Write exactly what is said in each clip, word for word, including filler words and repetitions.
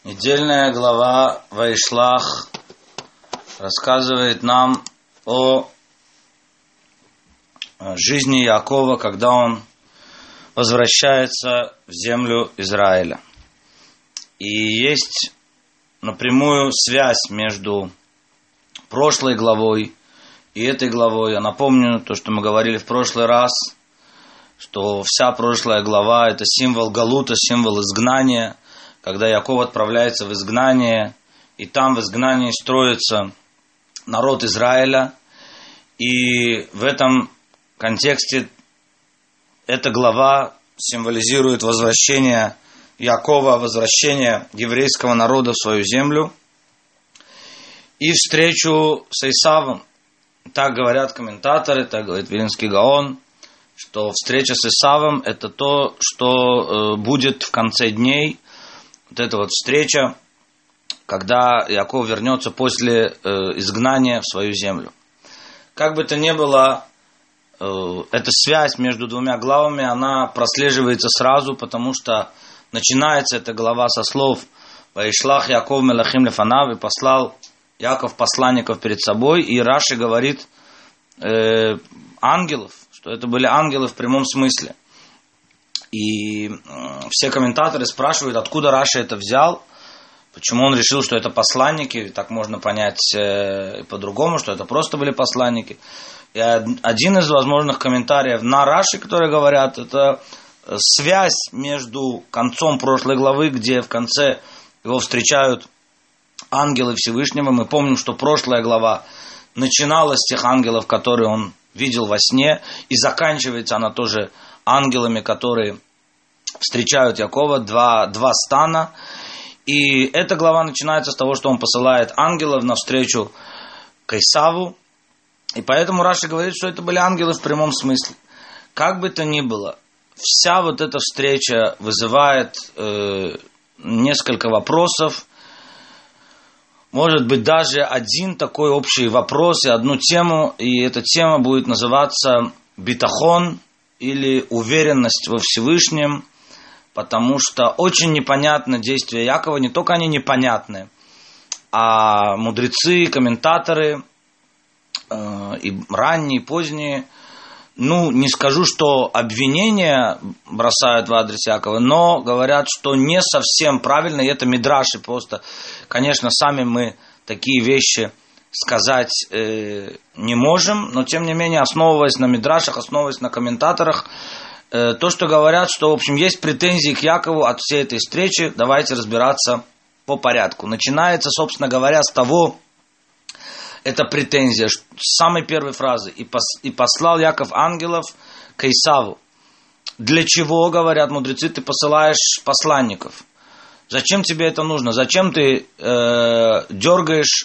Недельная глава Ваишлах рассказывает нам о жизни Яакова, когда он возвращается в землю Израиля. И есть напрямую связь между прошлой главой и этой главой. Я напомню то, что мы говорили в прошлый раз, что вся прошлая глава – это символ галута, символ изгнания, когда Яаков отправляется в изгнание, и там в изгнании строится народ Израиля. И в этом контексте эта глава символизирует возвращение Яакова, возвращение еврейского народа в свою землю и встречу с Исавом. Так говорят комментаторы, так говорит Вилинский Гаон, что встреча с Исавом – это то, что будет в конце дней. Вот эта вот встреча, когда Яаков вернется после э, изгнания в свою землю. Как бы то ни было, э, эта связь между двумя главами, она прослеживается сразу, потому что начинается эта глава со слов «Ваишлах Яаков мелахим лефанав», и послал Яков посланников перед собой, и Раши говорит э, ангелов, что это были ангелы в прямом смысле. И все комментаторы спрашивают, откуда Раши это взял, почему он решил, что это посланники, так можно понять э, по-другому, что это просто были посланники. И один из возможных комментариев на Раши, которые говорят, это связь между концом прошлой главы, где в конце его встречают ангелы Всевышнего. Мы помним, что прошлая глава начиналась с тех ангелов, которые он видел во сне, и заканчивается она тоже ангелами, которые встречают Яакова, два, два стана. И эта глава начинается с того, что он посылает ангелов навстречу к Исаву. И поэтому Раши говорит, что это были ангелы в прямом смысле. Как бы то ни было, вся вот эта встреча вызывает э, несколько вопросов. Может быть, даже один такой общий вопрос и одну тему. И эта тема будет называться битахон, или уверенность во Всевышнем, потому что очень непонятно действия Яакова, не только они непонятны, а мудрецы, комментаторы, э, и ранние, и поздние, ну, не скажу, что обвинения бросают в адрес Яакова, но говорят, что не совсем правильно, и это мидраши просто. Конечно, сами мы такие вещи сказать э, не можем, но тем не менее, основываясь на мидрашах, основываясь на комментаторах, э, то, что говорят, что, в общем, есть претензии к Яакову от всей этой встречи, давайте разбираться по порядку. Начинается, собственно говоря, с того, эта претензия, с самой первой фразы. «И, пос, и послал Яков ангелов к Исаву». Для чего, говорят мудрецы, ты посылаешь посланников? Зачем тебе это нужно? Зачем ты э, дергаешь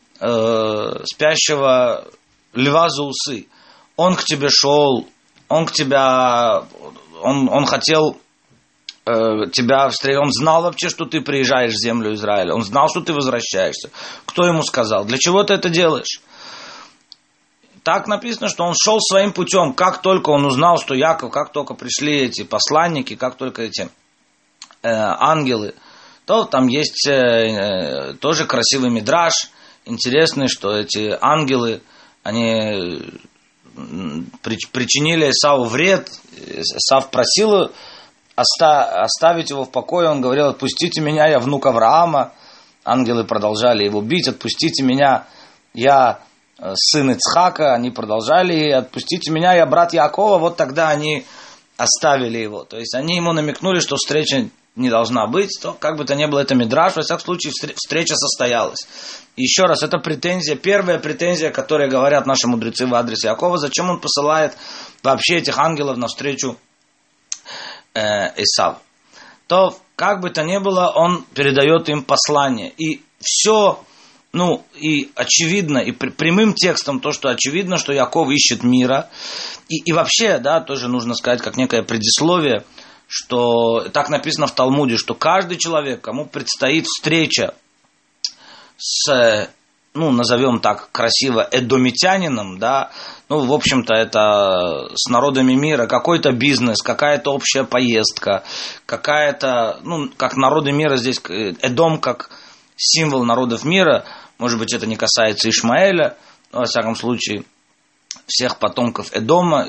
спящего льва за усы? Он к тебе шел, он к тебя, он, он хотел э, тебя встретить, он знал вообще, что ты приезжаешь в землю Израиля, он знал, что ты возвращаешься. Кто ему сказал? Для чего ты это делаешь? Так написано, что он шел своим путем, как только он узнал, что Яков, как только пришли эти посланники, как только эти э, ангелы, то там есть э, тоже красивый мидраш. Интересно, что эти ангелы, они причинили Исаву вред. Исав просил оставить его в покое. Он говорил: отпустите меня, я внук Авраама. Ангелы продолжали его бить. Отпустите меня, я сын Ицхака. Они продолжали: отпустите меня, я брат Яакова. Вот тогда они оставили его. То есть они ему намекнули, что встреча не должна быть, то как бы то ни было, это мидраш, во всяком случае встреча состоялась. И еще раз, это претензия, первая претензия, которую говорят наши мудрецы в адрес Яакова, зачем он посылает вообще этих ангелов навстречу э, Исаву. То как бы то ни было, он передает им послание. И все, ну, и очевидно, и прямым текстом то, что очевидно, что Яаков ищет мира. И, и вообще, да, тоже нужно сказать, как некое предисловие, что так написано в Талмуде, что каждый человек, кому предстоит встреча с, ну, назовем так красиво, эдомитянином, да, ну, в общем-то, это с народами мира, какой-то бизнес, какая-то общая поездка, какая-то, ну, как народы мира здесь, Эдом как символ народов мира, может быть, это не касается Ишмаэля, но, во всяком случае, всех потомков Эдома,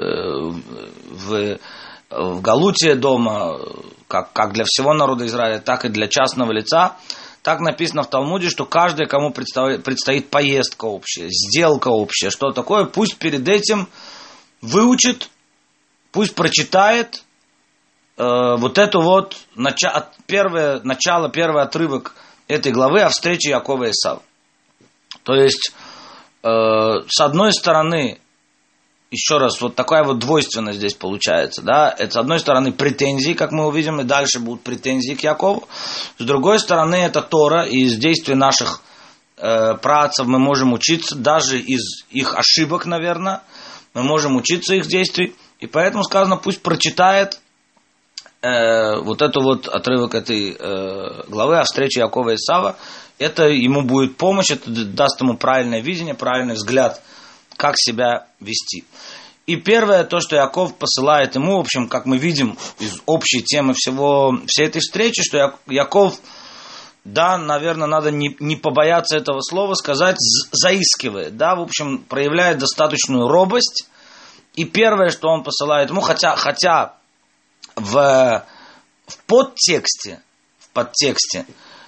в, в Галуте Эдома, как, как для всего народа Израиля, так и для частного лица. Так написано в Талмуде, что каждый, кому предстоит, предстоит поездка общая, сделка общая, что такое, пусть перед этим выучит, пусть прочитает э, вот это вот начало, первое, начало, первый отрывок этой главы о встрече Якова и Исава. То есть, э, с одной стороны, еще раз, вот такая вот двойственность здесь получается, да, это с одной стороны претензии, как мы увидим, и дальше будут претензии к Якову, с другой стороны это Тора, и из действий наших э, праотцев мы можем учиться, даже из их ошибок, наверное, мы можем учиться их действий, и поэтому сказано, пусть прочитает э, вот эту вот отрывок этой э, главы о встрече Якова и Исава, это ему будет помощь, это даст ему правильное видение, правильный взгляд, как себя вести. И первое, то, что Яков посылает ему, в общем, как мы видим из общей темы всего, всей этой встречи, что Яков, да, наверное, надо не, не побояться этого слова сказать, заискивает, да, в общем, проявляет достаточную робость. И первое, что он посылает ему, хотя, хотя в, в подтексте, в подтексте,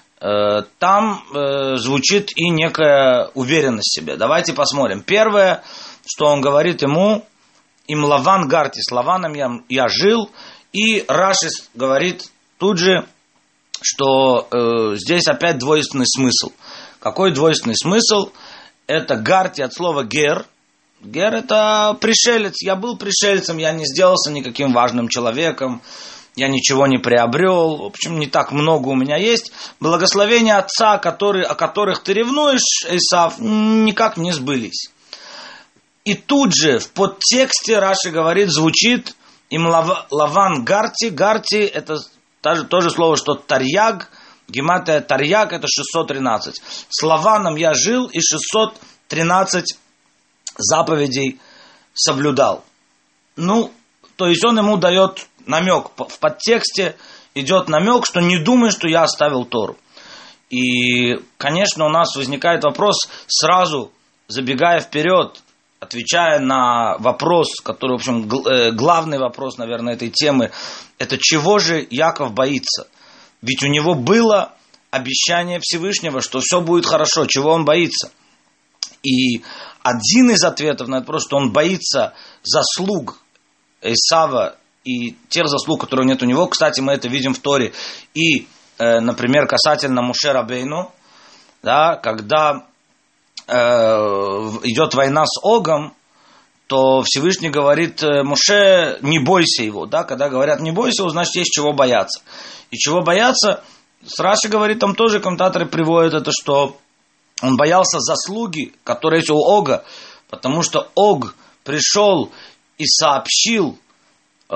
там э, звучит и некая уверенность в себе. Давайте посмотрим. Первое, что он говорит ему, им Лаван гарти, с Лаваном я, я жил, и Раши говорит тут же, что э, здесь опять двойственный смысл. Какой двойственный смысл? Это гарти от слова гер. Гер это пришелец. Я был пришельцем, я не сделался никаким важным человеком. Я ничего не приобрел, в общем, не так много у меня есть. Благословения отца, которые, о которых ты ревнуешь, Исав, никак не сбылись. И тут же в подтексте Раши говорит, звучит им Лаван гарти. Гарти это то же слово, что тарьяг. Гематрия тарьяг это шестьсот тринадцать. С Лаваном я жил и шестьсот тринадцать заповедей соблюдал. Ну, то есть он ему дает намек, в подтексте идет намек, что не думай, что я оставил Тору. И, конечно, у нас возникает вопрос, сразу забегая вперед, отвечая на вопрос, который, в общем, главный вопрос, наверное, этой темы, это чего же Яков боится? Ведь у него было обещание Всевышнего, что все будет хорошо, чего он боится? И один из ответов на этот вопрос, что он боится заслуг Исава и тех заслуг, которые нет у него. Кстати, мы это видим в Торе. И, э, например, касательно Моше Рабейну, да, когда э, идет война с Огом, то Всевышний говорит Моше, не бойся его. Да? Когда говорят не бойся его, значит есть чего бояться. И чего бояться, Раши говорит, там тоже комментаторы приводят это, что он боялся заслуги, которые есть у Ога, потому что Ог пришел и сообщил, э,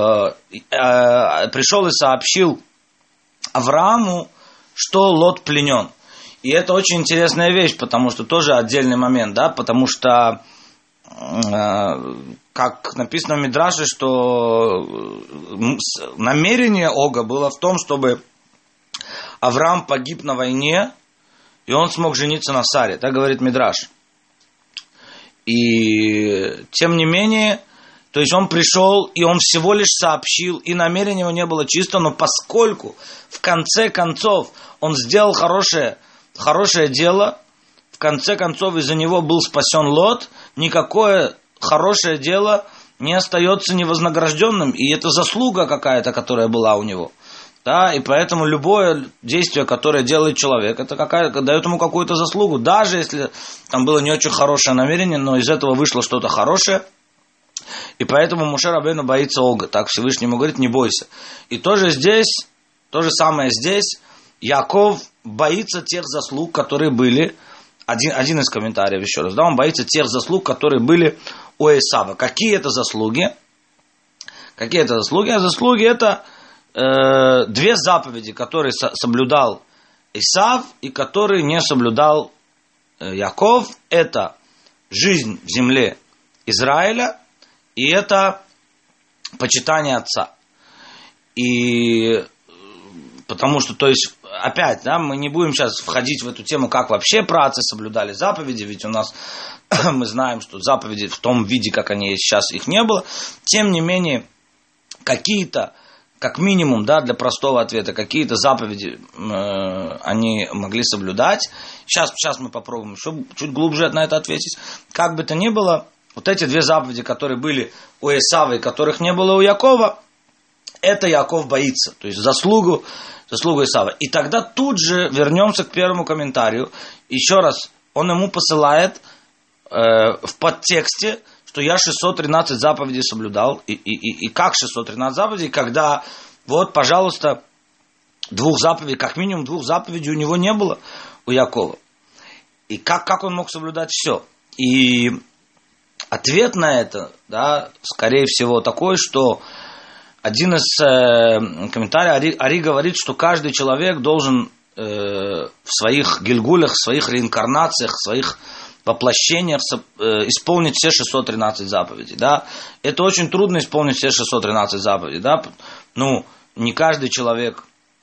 э, пришел и сообщил Аврааму, что Лот пленен. И это очень интересная вещь, потому что тоже отдельный момент, да, потому что, э, как написано в Мидраше, что намерение Ога было в том, чтобы Авраам погиб на войне, и он смог жениться на Саре, так говорит Мидраш. И тем не менее, то есть он пришел, и он всего лишь сообщил, и намерение его не было чисто, но поскольку в конце концов он сделал хорошее, хорошее дело, в конце концов из-за него был спасен Лот, никакое хорошее дело не остается невознагражденным, и это заслуга какая-то, которая была у него. Да, и поэтому любое действие, которое делает человек, это какая, дает ему какую-то заслугу. Даже если там было не очень хорошее намерение, но из этого вышло что-то хорошее. И поэтому Моше Рабейну боится Ога. Так Всевышний ему говорит, не бойся. И тоже здесь, то же самое здесь, Яков боится тех заслуг, которые были, один, один из комментариев еще раз, да, он боится тех заслуг, которые были у Исава. Какие это заслуги? Какие это заслуги? А заслуги это две заповеди, которые соблюдал Исав и которые не соблюдал Яков, это жизнь в земле Израиля, и это почитание отца. И потому что, то есть, опять, да, мы не будем сейчас входить в эту тему, как вообще праотцы соблюдали заповеди, ведь у нас, мы знаем, что заповеди в том виде, как они есть сейчас, их не было. Тем не менее, какие-то, как минимум, да, для простого ответа, какие-то заповеди э, они могли соблюдать. Сейчас, сейчас мы попробуем еще чуть глубже на это ответить. Как бы то ни было, вот эти две заповеди, которые были у Исава и которых не было у Якова, это Яков боится, то есть заслугу, заслугу Исава. И тогда тут же вернемся к первому комментарию. Еще раз, он ему посылает э, в подтексте, что я шестьсот тринадцать заповедей соблюдал. И, и, и, и как шестьсот тринадцать заповедей, когда вот, пожалуйста, двух заповедей, как минимум двух заповедей у него не было, у Якова. И как, как он мог соблюдать все? И ответ на это, да, скорее всего, такой, что один из э, комментариев, Ари, Ари говорит, что каждый человек должен э, в своих гильгулях, в своих реинкарнациях, в своих воплощениях э, исполнить все шестьсот тринадцать заповедей. Да? Это очень трудно исполнить все шестьсот тринадцать заповедей. Да? Ну, не каждый человек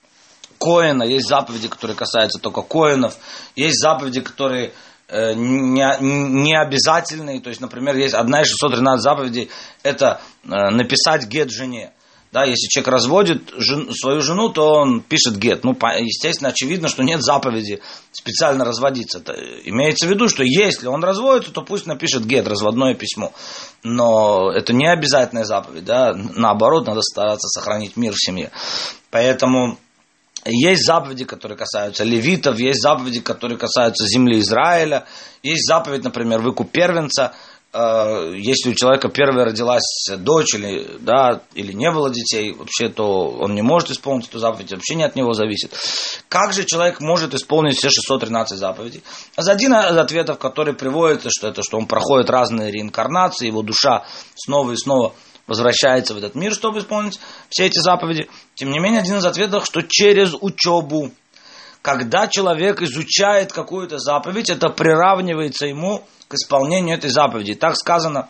коэна, есть заповеди, которые касаются только коэнов, есть заповеди, которые э, не, не обязательные. То есть, например, есть одна из шестисот тринадцати заповедей, это э, написать гет жене. Да, если человек разводит жен, свою жену, то он пишет гет. Ну, естественно, очевидно, что нет заповеди специально разводиться. Это имеется в виду, что если он разводится, то пусть напишет гет, разводное письмо. Но это не обязательная заповедь. Да? Наоборот, надо стараться сохранить мир в семье. Поэтому есть заповеди, которые касаются левитов, есть заповеди, которые касаются земли Израиля, есть заповедь, например, выкуп первенца. Если у человека первая родилась дочь или, да, или не было детей, вообще, то он не может исполнить эту заповедь, вообще не от него зависит. Как же человек может исполнить все шестьсот тринадцать заповедей? Один из ответов, который приводится, что это, что он проходит разные реинкарнации, его душа снова и снова возвращается в этот мир, чтобы исполнить все эти заповеди. Тем не менее, один из ответов, что через учебу, когда человек изучает какую-то заповедь, это приравнивается ему к исполнению этой заповеди. Так сказано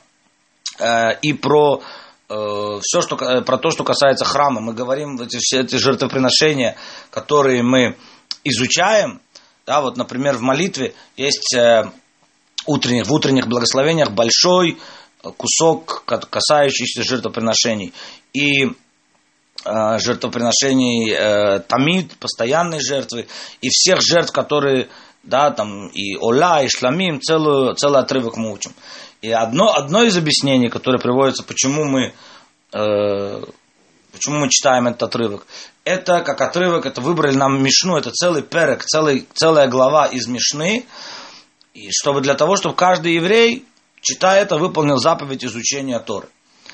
э, и про э, все, что, про то, что касается храма. Мы говорим, эти, все эти жертвоприношения, которые мы изучаем, да, вот, например, в молитве есть э, утренних, в утренних благословениях большой кусок, касающийся жертвоприношений. И э, жертвоприношений э, тамид, постоянной жертвы, и всех жертв, которые... Да, там и Ола, и Шламим, целую, целый отрывок мы учим. И одно, одно из объяснений, которое приводится, почему мы, э, почему мы читаем этот отрывок, это как отрывок, это выбрали нам Мишну, это целый перек, целый, целая глава из Мишны, и чтобы для того, чтобы каждый еврей, читая это, выполнил заповедь изучения Торы.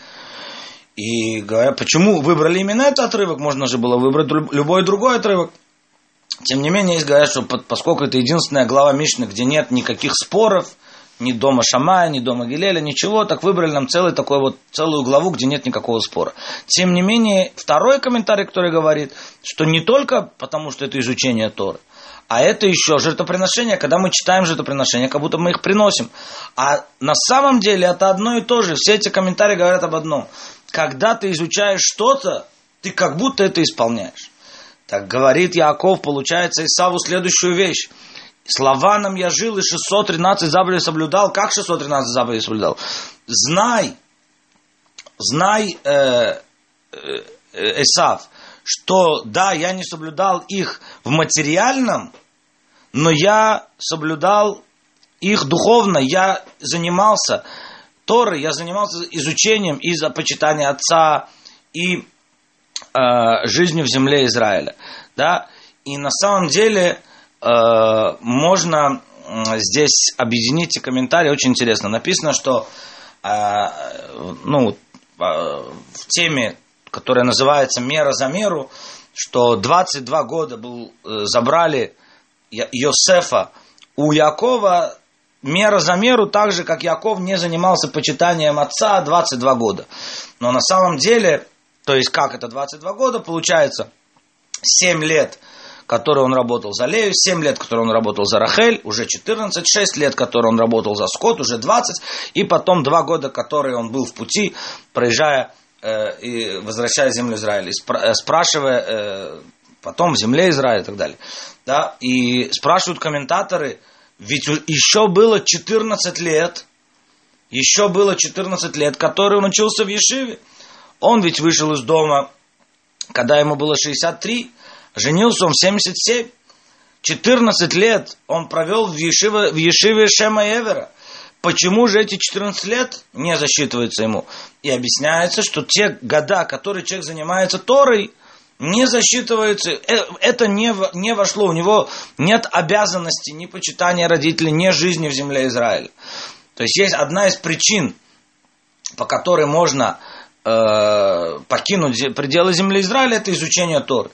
И говоря, почему выбрали именно этот отрывок, можно же было выбрать любой другой отрывок. Тем не менее, есть говорят, что поскольку это единственная глава Мишны, где нет никаких споров, ни дома Шамая, ни дома Гилеля, ничего, так выбрали нам целый такой вот, целую главу, где нет никакого спора. Тем не менее, второй комментарий, который говорит, что не только потому, что это изучение Торы, а это еще жертвоприношение, когда мы читаем жертвоприношения, как будто мы их приносим. А на самом деле это одно и то же. Все эти комментарии говорят об одном. Когда ты изучаешь что-то, ты как будто это исполняешь. Так говорит Яаков, получается, Исаву следующую вещь. С Лаваном я жил и шестьсот тринадцать заповедей соблюдал. Как шестьсот тринадцать заповедей соблюдал? Знай, знай, э, э, Исав, что да, я не соблюдал их в материальном, но я соблюдал их духовно. Я занимался Торой, я занимался изучением и за почитание Отца, и жизнью в земле Израиля. Да? И на самом деле э, можно здесь объединить эти комментарии. Очень интересно. Написано, что э, ну, э, в теме, которая называется «Мера за меру», что двадцать два года был, э, забрали Йосефа у Якова, мера за меру, так же, как Яков не занимался почитанием отца двадцать два года. Но на самом деле... То есть, как это двадцать два года, получается семь лет, которые он работал за Лею, семь лет, которые он работал за Рахель, уже четырнадцать, шесть лет, которые он работал за скот, уже двадцать, и потом два года, которые он был в пути, проезжая э, и возвращая в землю Израиля, и спра- спрашивая э, потом в земле Израиля и так далее. Да? И спрашивают комментаторы, ведь еще было четырнадцать лет, еще было четырнадцать лет, которые он учился в Ешиве. Он ведь вышел из дома, когда ему было шестьдесят три, женился он в семьдесят семь. четырнадцать лет он провел в Ешиве, в Ешиве Шема Эвера. Почему же эти четырнадцать лет не засчитываются ему? И объясняется, что те года, которые человек занимается Торой, не засчитываются. Это не, не вошло. У него нет обязанности ни почитания родителей, ни жизни в земле Израиля. То есть есть одна из причин, по которой можно э, покинуть пределы земли Израиля, это изучение Торы.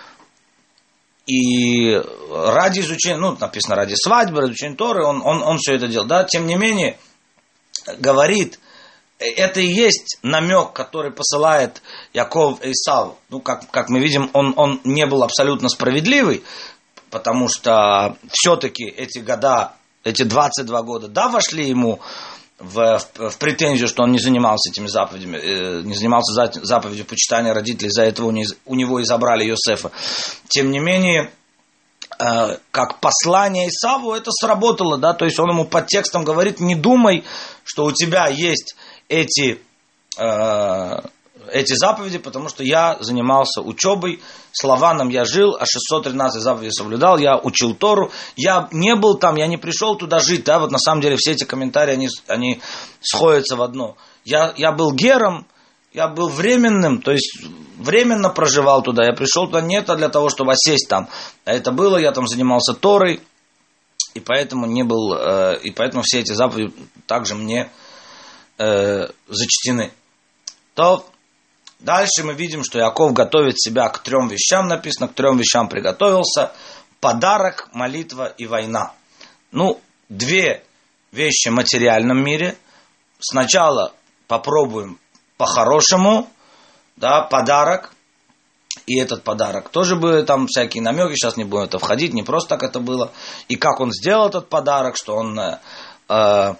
И ради изучения, ну, написано, ради свадьбы, ради изучения Торы, он, он, он все это делал. Да? Тем не менее, говорит, это и есть намек, который посылает Яков Исаву. Ну, как, как мы видим, он, он не был абсолютно справедливый, потому что все-таки эти года, эти двадцать два года, да, вошли ему в, в, в претензию, что он не занимался этими заповедями, э, не занимался за, заповедью почитания родителей, из-за этого у, не, у него и забрали Йосефа. Тем не менее, э, как послание Исаву это сработало, да, то есть он ему под текстом говорит, не думай, что у тебя есть эти... Э, эти заповеди, потому что я занимался учебой, с Лаваном я жил, а шестьсот тринадцать заповедей соблюдал, я учил Тору, я не был там, я не пришел туда жить, да, вот на самом деле все эти комментарии, они, они сходятся в одно. Я, я был гером, я был временным, то есть временно проживал туда, я пришел туда не для того, чтобы осесть там, а это было, я там занимался Торой, и поэтому не был, э, и поэтому все эти заповеди также мне э, зачтены. То дальше мы видим, что Яков готовит себя к трем вещам, написано, к трем вещам приготовился. Подарок, молитва и война. Ну, две вещи в материальном мире. Сначала попробуем по-хорошему, да, подарок. И этот подарок тоже были там всякие намеки, сейчас не будем в это входить, не просто так это было. И как он сделал этот подарок, что он... Э, э,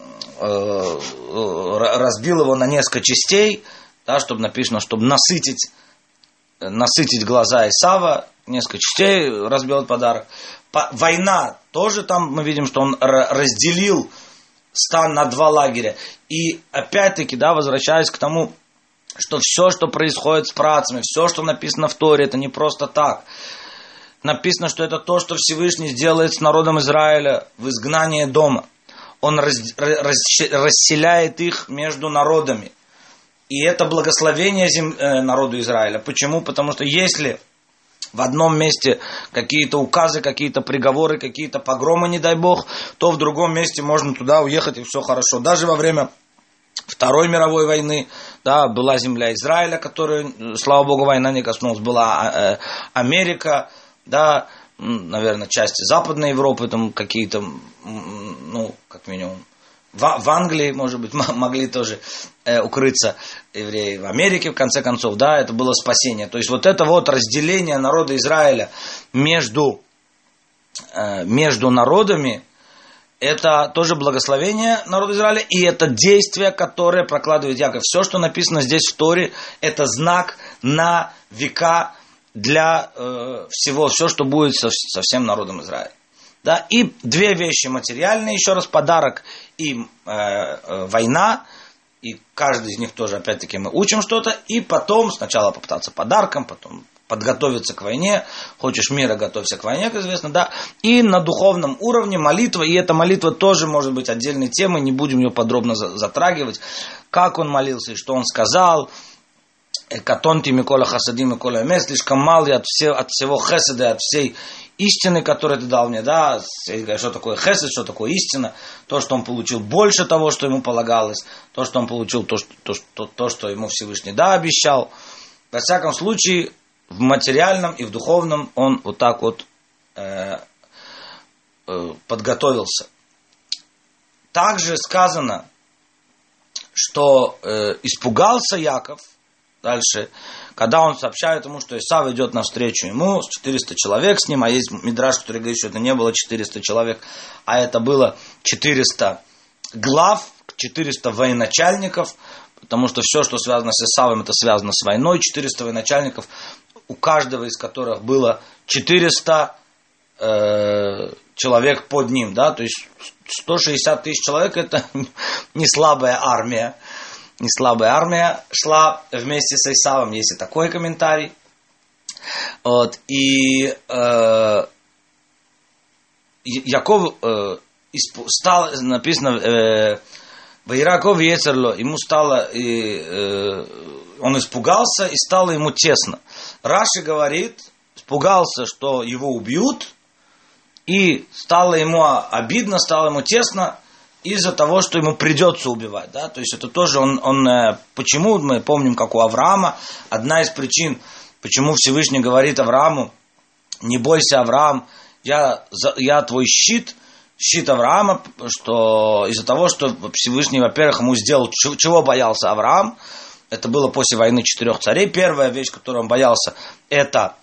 разбил его на несколько частей, да, чтобы написано, чтобы насытить, насытить глаза Исава, несколько частей разбил этот подарок. По, война тоже там мы видим, что он разделил стан на два лагеря. И опять-таки, да, возвращаясь к тому, что все, что происходит с працами, все, что написано в Торе, это не просто так. Написано, что это то, что Всевышний сделает с народом Израиля в изгнании дома. Он расселяет их между народами. И это благословение зем... народу Израиля. Почему? Потому что если в одном месте какие-то указы, какие-то приговоры, какие-то погромы, не дай бог, то в другом месте можно туда уехать, и все хорошо. Даже во время Второй мировой войны, да, была земля Израиля, которая, слава богу, война не коснулась, была Америка, да, наверное, части Западной Европы, там какие-то, ну, как минимум, в, в Англии, может быть, могли тоже э, укрыться евреи, в Америке, в конце концов, да, это было спасение. То есть вот это вот разделение народа Израиля между, э, между народами, это тоже благословение народа Израиля, и это действие, которое прокладывает Яков. Все, что написано здесь в Торе, это знак на века для э, всего, все, что будет со, со всем народом Израиля. Да? И две вещи материальные, еще раз, подарок и э, э, война, и каждый из них тоже, опять-таки, мы учим что-то, и потом сначала попытаться подарком, потом подготовиться к войне, хочешь мира, готовься к войне, как известно, да, и на духовном уровне молитва, и эта молитва тоже может быть отдельной темой, не будем ее подробно затрагивать, как он молился и что он сказал. Катонти Микола Хасадим Микола Эмес, слишком мал я от, все, от всего хеседа, от всей истины, которую ты дал мне, да, что такое хесед, что такое истина, то, что он получил больше того, что ему полагалось, то, что он получил, то, что, то, то, что ему Всевышний, да, обещал. Во всяком случае, в материальном и в духовном он вот так вот э, э, подготовился. Также сказано, что э, испугался Яков, дальше, когда он сообщает ему, что Исав идет навстречу ему, четыреста человек с ним, а есть мидраш, который говорит, что это не было четыреста человек, а это было четыреста глав, четыреста военачальников, потому что все, что связано с Исавом, это связано с войной, четыреста военачальников, у каждого из которых было четыреста э, человек под ним, да, то есть сто шестьдесят тысяч человек, это не слабая армия, не слабая армия шла вместе с Исавом, есть и такой комментарий. Вот, и э, Яков э, стал, написано, э, Ваираков Ецерло, ему стало, и, э, он испугался, и стало ему тесно. Раши говорит, испугался, что его убьют, и стало ему обидно, стало ему тесно из-за того, что ему придется убивать. Да? То есть это тоже он, он, почему мы помним, как у Авраама, одна из причин, почему Всевышний говорит Аврааму, не бойся, Авраам, я, я твой щит, щит Авраама, что из-за того, что Всевышний, во-первых, ему сделал, чего боялся Авраам, это было после войны четырех царей. Первая вещь, которую он боялся, это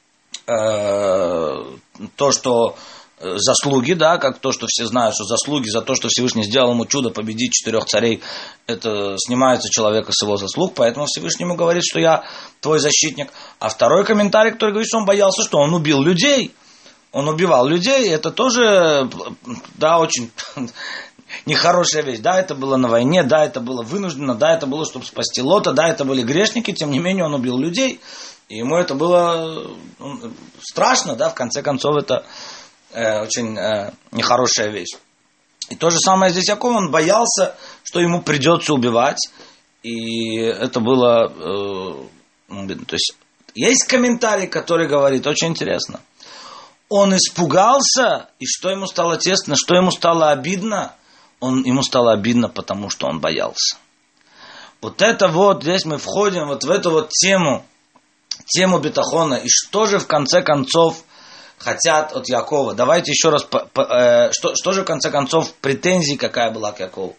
э, то, что заслуги, да, как то, что все знают, что заслуги за то, что Всевышний сделал ему чудо победить четырех царей, это снимается человека с его заслуг, поэтому Всевышний ему говорит, что я твой защитник. А второй комментарий, который говорит, что он боялся, что он убил людей. Он убивал людей, это тоже, да, очень нехорошая вещь. Да, это было на войне, да, это было вынужденно, да, это было, чтобы спасти Лота, да, это были грешники, тем не менее он убил людей. И ему это было страшно, да, в конце концов это э, очень э, нехорошая вещь. И то же самое здесь Яков, он боялся, что ему придется убивать, и это было, э, то есть есть комментарий, который говорит, очень интересно, он испугался, и что ему стало тесно, что ему стало обидно, он, ему стало обидно, потому что он боялся. Вот это вот, здесь мы входим вот в эту вот тему, тему бетахона, и что же в конце концов хотят от Якова. Давайте еще раз, по, по, э, что, что же в конце концов претензии какая была к Якову.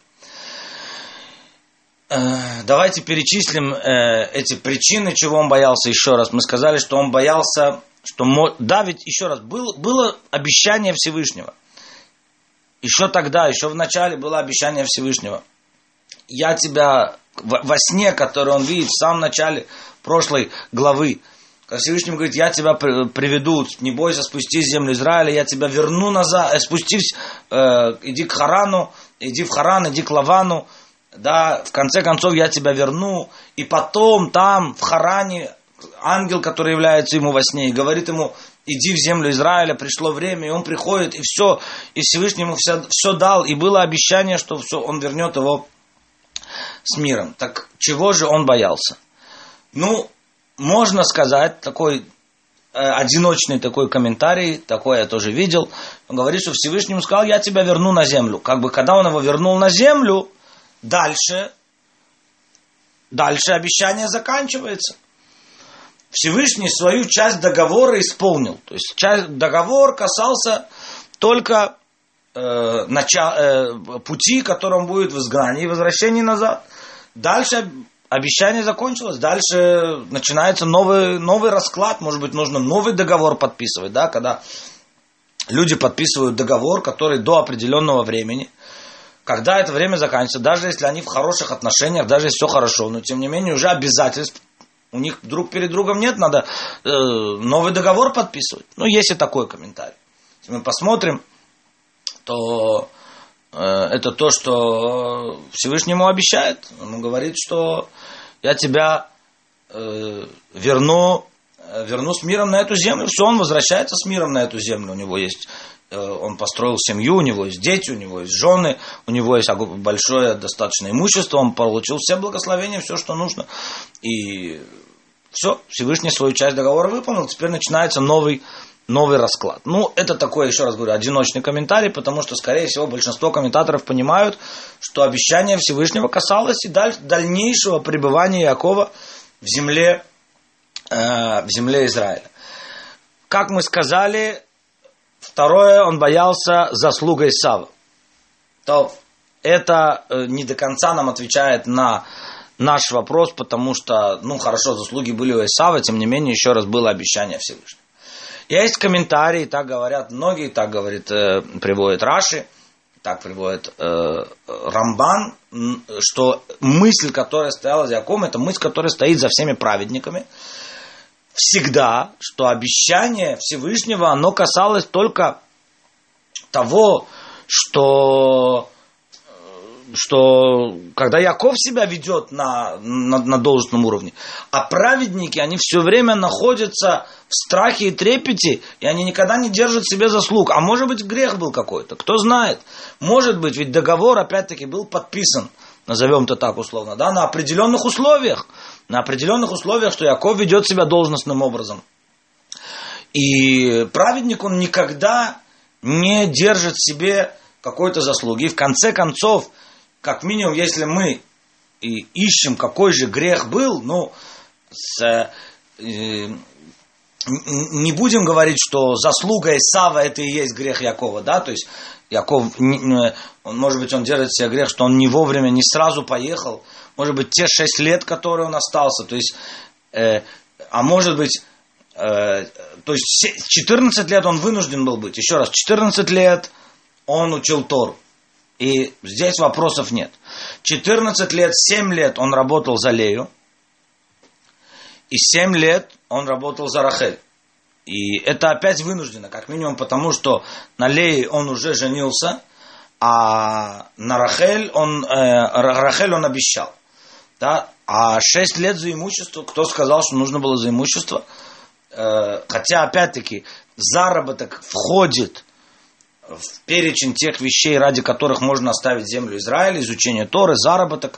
Э, давайте перечислим э, эти причины, чего он боялся еще раз. Мы сказали, что он боялся, что... Да, ведь еще раз, был, было обещание Всевышнего. Еще тогда, еще в начале было обещание Всевышнего. Я тебя во сне, который он видит в самом начале прошлой главы, когда Всевышний говорит, я тебя приведу, не бойся, спустись в землю Израиля, я тебя верну назад, спустись, э, иди к Харану, иди в Харан, иди к Лавану, да, в конце концов я тебя верну, и потом там, в Харане, ангел, который является ему во сне, и говорит ему, иди в землю Израиля, пришло время, и он приходит, и все, и Всевышний ему все, все дал, и было обещание, что все, он вернет его с миром. Так чего же он боялся? Ну, можно сказать, такой э, одиночный такой комментарий, такой я тоже видел, он говорит, что Всевышний ему сказал, я тебя верну на землю. Как бы, когда он его вернул на землю, дальше, дальше обещание заканчивается. Всевышний свою часть договора исполнил. То есть часть, договор касался только э, начала, э, пути, которым будет в изгнании и возвращении назад. Дальше обещание закончилось, дальше начинается новый, новый расклад, может быть, нужно новый договор подписывать, да, когда люди подписывают договор, который до определенного времени, когда это время заканчивается, даже если они в хороших отношениях, даже если все хорошо, но тем не менее уже обязательств у них друг перед другом нет, надо э, новый договор подписывать. Ну, есть и такой комментарий. Если мы посмотрим, то э, это то, что Всевышний ему обещает. Он говорит, что я тебя э, верну, верну с миром на эту землю. Все, он возвращается с миром на эту землю. У него есть, э, он построил семью, у него есть дети, у него есть жены, у него есть большое достаточно имущество, он получил все благословения, все, что нужно. И все, Всевышний свою часть договора выполнил, теперь начинается новый, новый расклад. Ну, это такой, еще раз говорю, одиночный комментарий, потому что, скорее всего, большинство комментаторов понимают, что обещание Всевышнего касалось и даль- дальнейшего пребывания Якова в земле, э, в земле Израиля. Как мы сказали, второе, он боялся заслуга Исава. То это э, не до конца нам отвечает на наш вопрос, потому что, ну, хорошо, заслуги были у Исава, тем не менее, еще раз было обещание Всевышнего. Есть комментарии, так говорят многие, так говорит, э, приводит Раши, так приводит э, Рамбан, что мысль, которая стояла за Яковом, это мысль, которая стоит за всеми праведниками. Всегда, что обещание Всевышнего, оно касалось только того, что, что когда Яков себя ведет на, на, на должном уровне, а праведники, они все время находятся в страхе и трепете, и они никогда не держат себе заслуг. А может быть, грех был какой-то, кто знает. Может быть, ведь договор, опять-таки, был подписан, назовем это так условно, да, на определенных условиях, на определенных условиях, что Яков ведет себя должностным образом. И праведник, он никогда не держит себе какой-то заслуги. И в конце концов, как минимум, если мы и ищем, какой же грех был, ну, с, э, не будем говорить, что заслуга Исава это и есть грех Якова, да, то есть Яков, он, может быть, он держит себе грех, что он не вовремя, не сразу поехал, может быть, те шесть лет, которые он остался, то есть, э, а может быть, э, то есть четырнадцать лет он вынужден был быть, еще раз, четырнадцать лет он учил Тору, и здесь вопросов нет. четырнадцать лет, семь лет он работал за Лею, и семь лет он работал за Рахель. И это опять вынуждено, как минимум потому, что на Лее он уже женился, а на Рахель он, э, Рахель он обещал. Да? А шесть лет за имущество, кто сказал, что нужно было за имущество? Э, хотя, опять-таки, заработок входит в перечень тех вещей, ради которых можно оставить землю Израиля, изучение Торы, заработок,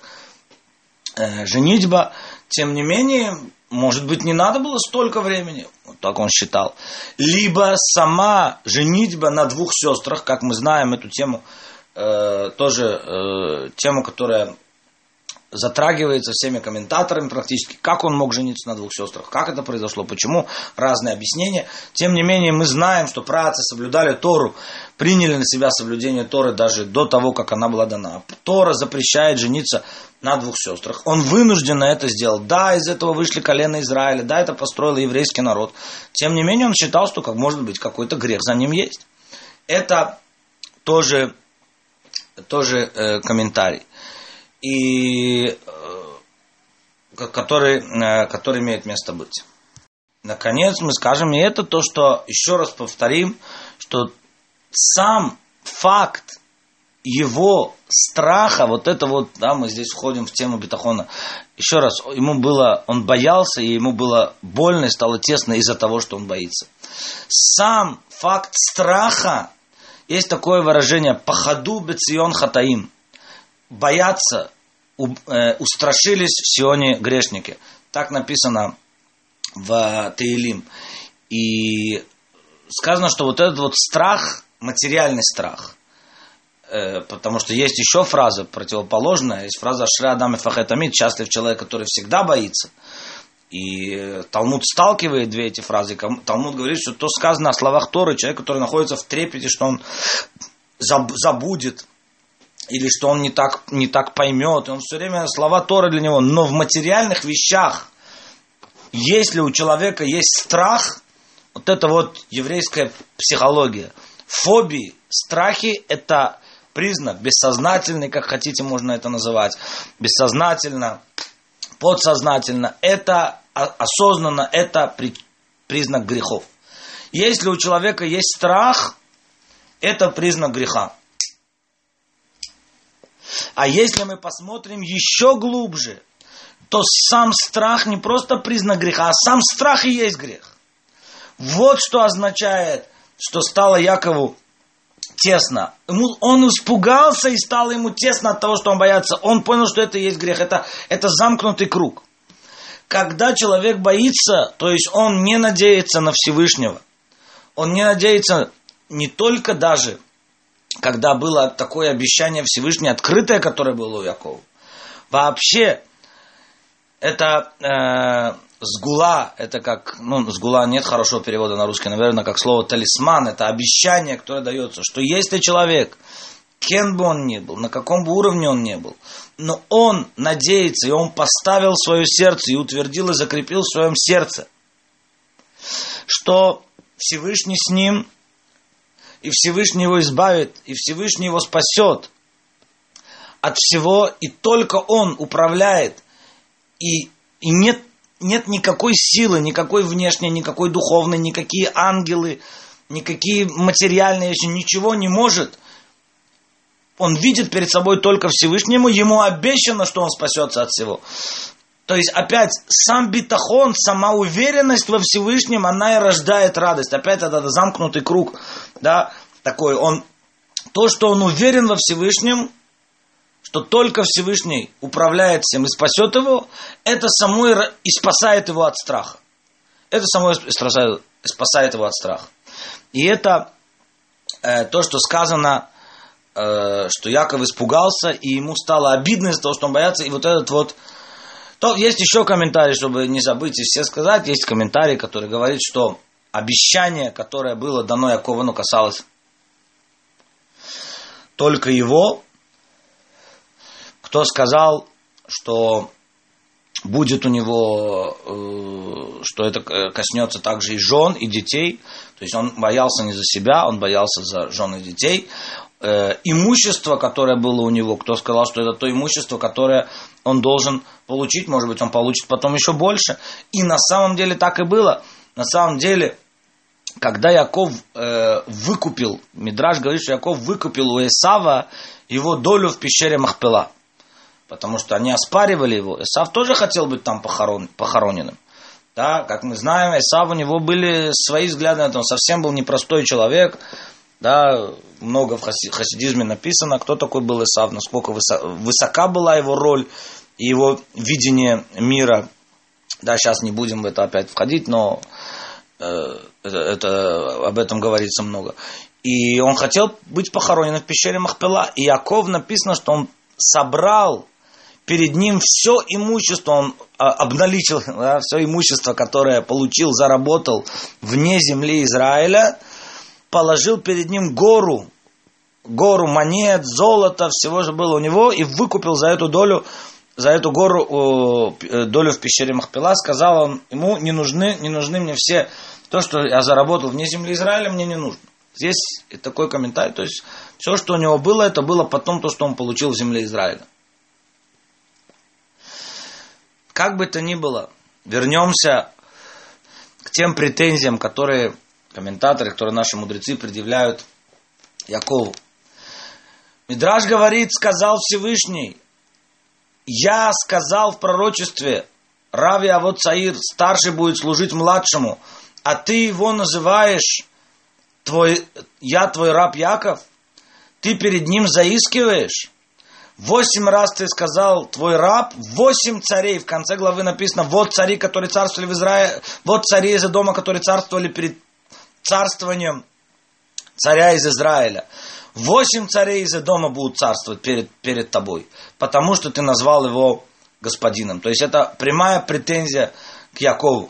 э, женитьба. Тем не менее, может быть, не надо было столько времени, вот так он считал. Либо сама женитьба на двух сестрах, как мы знаем эту тему, э, тоже э, тему, которая затрагивается всеми комментаторами практически. Как он мог жениться на двух сестрах? Как это произошло? Почему? Разные объяснения. Тем не менее, мы знаем, что праотцы соблюдали Тору, приняли на себя соблюдение Торы даже до того, как она была дана. Тора запрещает жениться на двух сестрах. Он вынужденно это сделал. Да, из этого вышли колена Израиля. Да, это построил еврейский народ. Тем не менее, он считал, что, как может быть, какой-то грех за ним есть. Это тоже, тоже э, комментарий. И э, который, э, который имеет место быть. Наконец, мы скажем и это то, что, еще раз повторим, что сам факт его страха, вот это вот, да, мы здесь входим в тему битахона. Еще раз, ему было, он боялся, и ему было больно, и стало тесно из-за того, что он боится. Сам факт страха, есть такое выражение, пахаду бецион хатаим, боятся, у, э, устрашились в Сионе грешники. Так написано в Теилим. И сказано, что вот этот вот страх, материальный страх, э, потому что есть еще фраза противоположная, есть фраза «Ашрей адам мефахед тамид», счастлив человек, который всегда боится. И Талмуд сталкивает две эти фразы. Талмуд говорит, что то сказано о словах Торы, человек, который находится в трепете, что он забудет, или что он не так, не так поймет. Он все время слова Торы для него. Но в материальных вещах, если у человека есть страх, вот это вот еврейская психология. Фобии, страхи – это признак бессознательный, как хотите, можно это называть. Бессознательно, подсознательно. Это осознанно, это признак грехов. Если у человека есть страх, это признак греха. А если мы посмотрим еще глубже, то сам страх не просто признак греха, а сам страх и есть грех. Вот что означает, что стало Якову тесно. Ему, он испугался и стало ему тесно от того, что он боится. Он понял, что это и есть грех. Это, это замкнутый круг. Когда человек боится, то есть он не надеется на Всевышнего. Он не надеется не только даже, когда было такое обещание Всевышнего, открытое, которое было у Якова. Вообще, это э, сгула, это как, ну, сгула нет хорошего перевода на русский, наверное, как слово талисман, это обещание, которое дается, что если человек кем бы он ни был, на каком бы уровне он ни был, но он надеется, и он поставил свое сердце, и утвердил, и закрепил в своем сердце, что Всевышний с ним, и Всевышний его избавит, и Всевышний его спасет от всего, и только он управляет, и, и нет, нет никакой силы, никакой внешней, никакой духовной, никакие ангелы, никакие материальные вещи, ничего не может. Он видит перед собой только Всевышнему, ему обещано, что он спасется от всего. То есть, опять, сам битахон, сама уверенность во Всевышнем, она и рождает радость. Опять этот замкнутый круг, да, такой, он, то, что он уверен во Всевышнем, что только Всевышний управляет всем и спасет его, это само и спасает его от страха. Это само и спасает его от страха. И это э, то, что сказано, э, что Яков испугался, и ему стало обидно из-за того, что он боится, и вот этот вот... То есть еще комментарий, чтобы не забыть и все сказать, есть комментарий, который говорит, что обещание, которое было дано Якову, оно касалось только его. Кто сказал, что будет у него, э, что это коснется также и жен, и детей. То есть он боялся не за себя, он боялся за жен и детей. Э, имущество, которое было у него, кто сказал, что это то имущество, которое он должен получить, может быть, он получит потом еще больше. И на самом деле так и было. На самом деле, когда Яков э, выкупил, Мидраш говорит, что Яков выкупил у Эсава его долю в пещере Махпела. Потому что они оспаривали его. Эсав тоже хотел быть там похорон, похороненным. Да, как мы знаем, Эсав, у него были свои взгляды на это. Он совсем был непростой человек. Да, много в хасидизме написано, кто такой был Эсав, насколько высока была его роль и его видение мира. Да, сейчас не будем в это опять входить, но э, это, это, об этом говорится много. И он хотел быть похоронен в пещере Махпела. И Яков написано, что он собрал перед ним все имущество, он обналичил, да, все имущество, которое получил, заработал вне земли Израиля, положил перед ним гору, гору монет, золота, всего же было у него, и выкупил за эту долю, за эту гору долю в пещере Махпела. Сказал он ему, не нужны, не нужны мне все, то, что я заработал вне земли Израиля, мне не нужно. Здесь такой комментарий, то есть все, что у него было, это было потом то, что он получил в земле Израиля. Как бы то ни было, вернемся к тем претензиям, которые комментаторы, которые наши мудрецы предъявляют Якову. Мидраш говорит, сказал Всевышний, я сказал в пророчестве, Рави Авот Цаир, старший будет служить младшему, а ты его называешь, твой, я твой раб Яков, ты перед ним заискиваешь. Восемь раз ты сказал твой раб, восемь царей, в конце главы написано, вот цари, которые царствовали в Израиле, вот цари из Эдома, которые царствовали перед царствованием царя из Израиля. Восемь царей из Эдома будут царствовать перед, перед тобой, потому что ты назвал его господином. То есть это прямая претензия к Якову.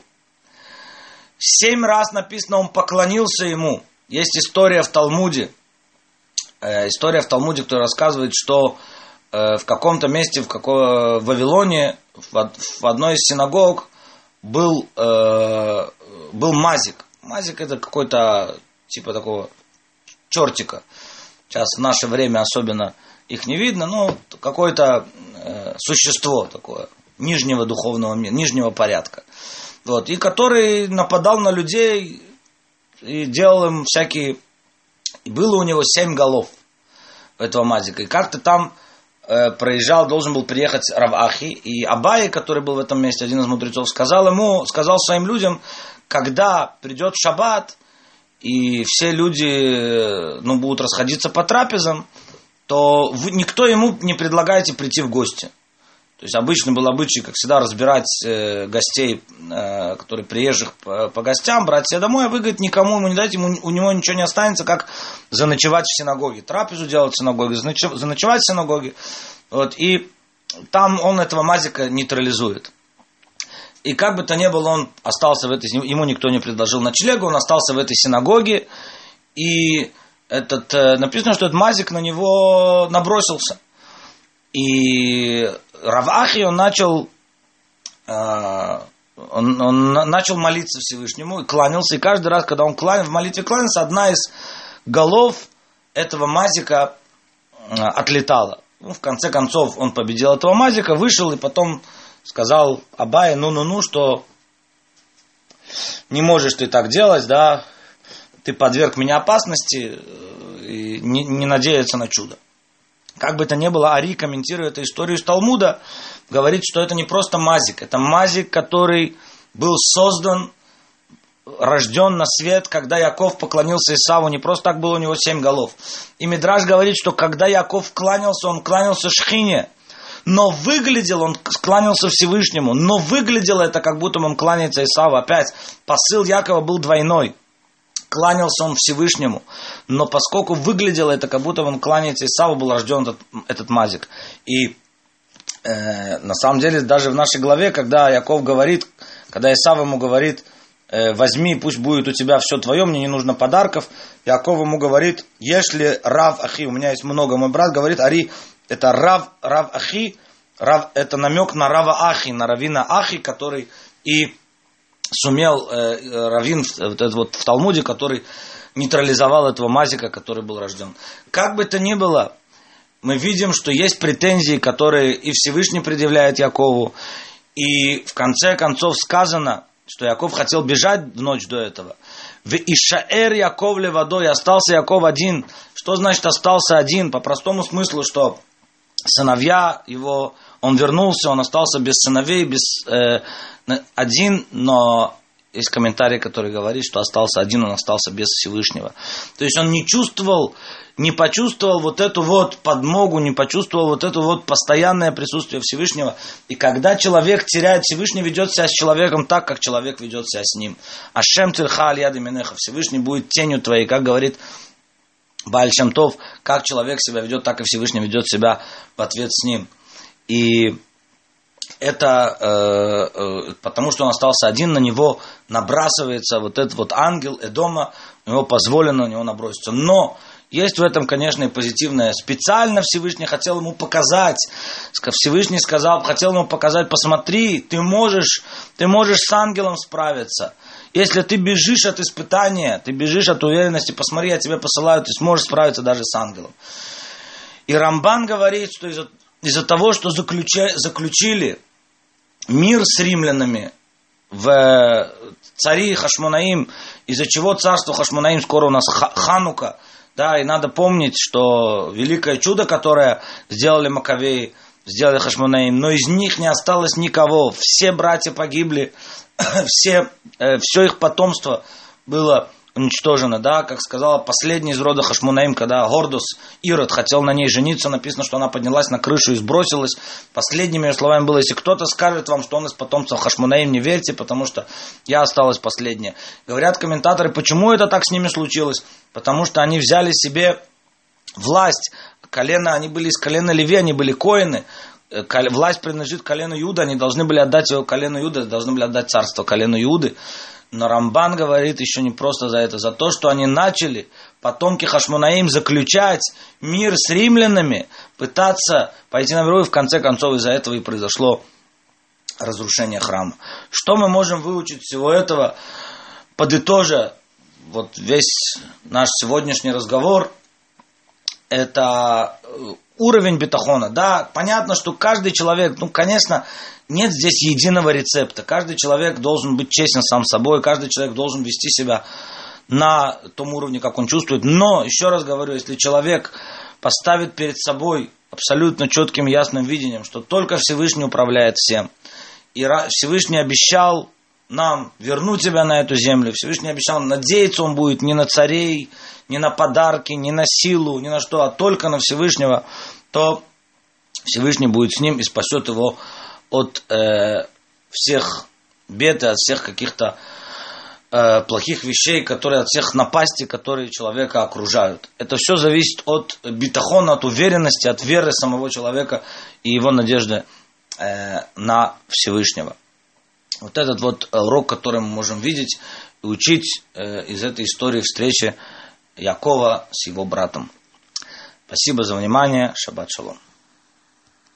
Семь раз написано, он поклонился ему. Есть история в Талмуде, э, история в Талмуде, которая рассказывает, что в каком-то месте, в, каком, в Вавилоне, в, в одной из синагог был, э, был мазик. Мазик это какой-то типа такого чертика. Сейчас в наше время особенно их не видно, но какое-то э, существо такое, нижнего духовного мира, нижнего порядка. Вот, и который нападал на людей и делал им всякие... И было у него семь голов этого мазика. И как-то там проезжал, должен был приехать Рав Ахи, и Абай, который был в этом месте, один из мудрецов, сказал ему, сказал своим людям, когда придет шаббат, и все люди, ну, будут расходиться по трапезам, то вы, никто ему не предлагайте прийти в гости. То есть обычно был обычай, как всегда, разбирать э, гостей, э, которые приезжих по, по гостям, брать себе домой, а вы, говорит, никому ему не дайте, ему, у него ничего не останется, как заночевать в синагоге, трапезу делать в синагоге, заночевать, заночевать в синагоге. Вот, и там он этого мазика нейтрализует. И как бы то ни было, он остался в этой, ему никто не предложил ночлегу, он остался в этой синагоге, и этот, написано, что этот мазик на него набросился. И Рав Ахи, он начал, он, он начал молиться Всевышнему и кланялся. И каждый раз, когда он кланялся, в молитве кланялся, одна из голов этого мазика отлетала. Ну, в конце концов, он победил этого мазика, вышел и потом сказал Абае, ну-ну-ну, что не можешь ты так делать, да, ты подверг меня опасности и не, не надеяться на чудо. Как бы то ни было, Ари, комментируя эту историю из Талмуда, говорит, что это не просто мазик, это мазик, который был создан, рожден на свет, когда Яков поклонился Исаву. Не просто так было у него семь голов. И Мидраш говорит, что когда Яков кланялся, он кланялся Шхине, но выглядел, он кланялся Всевышнему, но выглядело это, как будто он кланяется Исаву. Опять, посыл Якова был двойной. Кланялся он Всевышнему, но поскольку выглядело это, как будто он кланяется Исаву, был рожден этот, этот мазик. И э, на самом деле, даже в нашей главе, когда Яков говорит, когда Исав ему говорит, возьми, пусть будет у тебя все твое, мне не нужно подарков. Яков ему говорит, если Рав Ахи, у меня есть много, мой брат говорит, Ари, это Рав, Рав Ахи, Рав, это намек на Рава Ахи, на Равина Ахи, который и сумел, э, Равин вот этот вот в Талмуде, который нейтрализовал этого мазика, который был рожден. Как бы то ни было, мы видим, что есть претензии, которые и Всевышний предъявляет Якову, и в конце концов сказано, что Яков хотел бежать в ночь до этого. В Ишаэр Яков левадой, остался Яков один. Что значит остался один? По простому смыслу, что сыновья его, он вернулся, он остался без сыновей, без э, один, но есть комментарий, который говорит, что остался один, он остался без Всевышнего. То есть он не чувствовал, не почувствовал вот эту вот подмогу, не почувствовал вот это вот постоянное присутствие Всевышнего. И когда человек теряет Всевышний, ведет себя с человеком так, как человек ведет себя с ним. Ашем тирха аль яд именеха, Всевышний будет тенью твоей, как говорит Бааль Шем Тов, как человек себя ведет, так и Всевышний ведет себя в ответ с ним. И это э, э, потому, что он остался один, на него набрасывается вот этот вот ангел Эдома, у него позволено на него наброситься. Но есть в этом, конечно, и позитивное. Специально Всевышний хотел ему показать, Всевышний сказал, хотел ему показать, посмотри, ты можешь, ты можешь с ангелом справиться. Если ты бежишь от испытания, ты бежишь от уверенности, посмотри, я тебя посылаю, ты сможешь справиться даже с ангелом. И Рамбан говорит, что из-за, из-за того, что заключи, заключили мир с римлянами в цари Хашмонаим, из-за чего царство Хашмонаим, скоро у нас Ханука, да, и надо помнить, что великое чудо, которое сделали Маковеи, сделали Хашмонаим, но из них не осталось никого, все братья погибли, все, э, все их потомство было уничтожено, да, как сказала последняя из рода Хашмонаим, когда Гордос, Ирод, хотел на ней жениться, написано, что она поднялась на крышу и сбросилась. Последними ее словами было, если кто-то скажет вам, что он из потомцев Хашмонаим, не верьте, потому что я осталась последняя. Говорят комментаторы, почему это так с ними случилось? Потому что они взяли себе власть, колено, они были из колена Леви, они были коины, власть принадлежит колену Иуда, они должны были отдать его колену Иуда, должны были отдать царство колену Иуды. Но Рамбан говорит еще не просто за это, за то, что они начали, потомки Хашмонаим, заключать мир с римлянами, пытаться пойти на миру, и в конце концов из-за этого и произошло разрушение храма. Что мы можем выучить всего этого, подытожа вот весь наш сегодняшний разговор, это уровень бетахона. Да, понятно, что каждый человек, ну, конечно, нет здесь единого рецепта. Каждый человек должен быть честен сам с собой, каждый человек должен вести себя на том уровне, как он чувствует. Но, еще раз говорю, если человек поставит перед собой абсолютно четким, ясным видением, что только Всевышний управляет всем, и Всевышний обещал нам вернуть тебя на эту землю, Всевышний обещал, надеяться он будет не на царей, не на подарки, не на силу, ни на что, а только на Всевышнего, то Всевышний будет с ним и спасет его от э, всех бед, от всех каких-то э, плохих вещей, которые, от всех напастей, которые человека окружают. Это все зависит от битахона, от уверенности, от веры самого человека и его надежды э, на Всевышнего. Вот этот вот урок, который мы можем видеть и учить э, из этой истории встречи Якова с его братом. Спасибо за внимание. Шаббат шалом.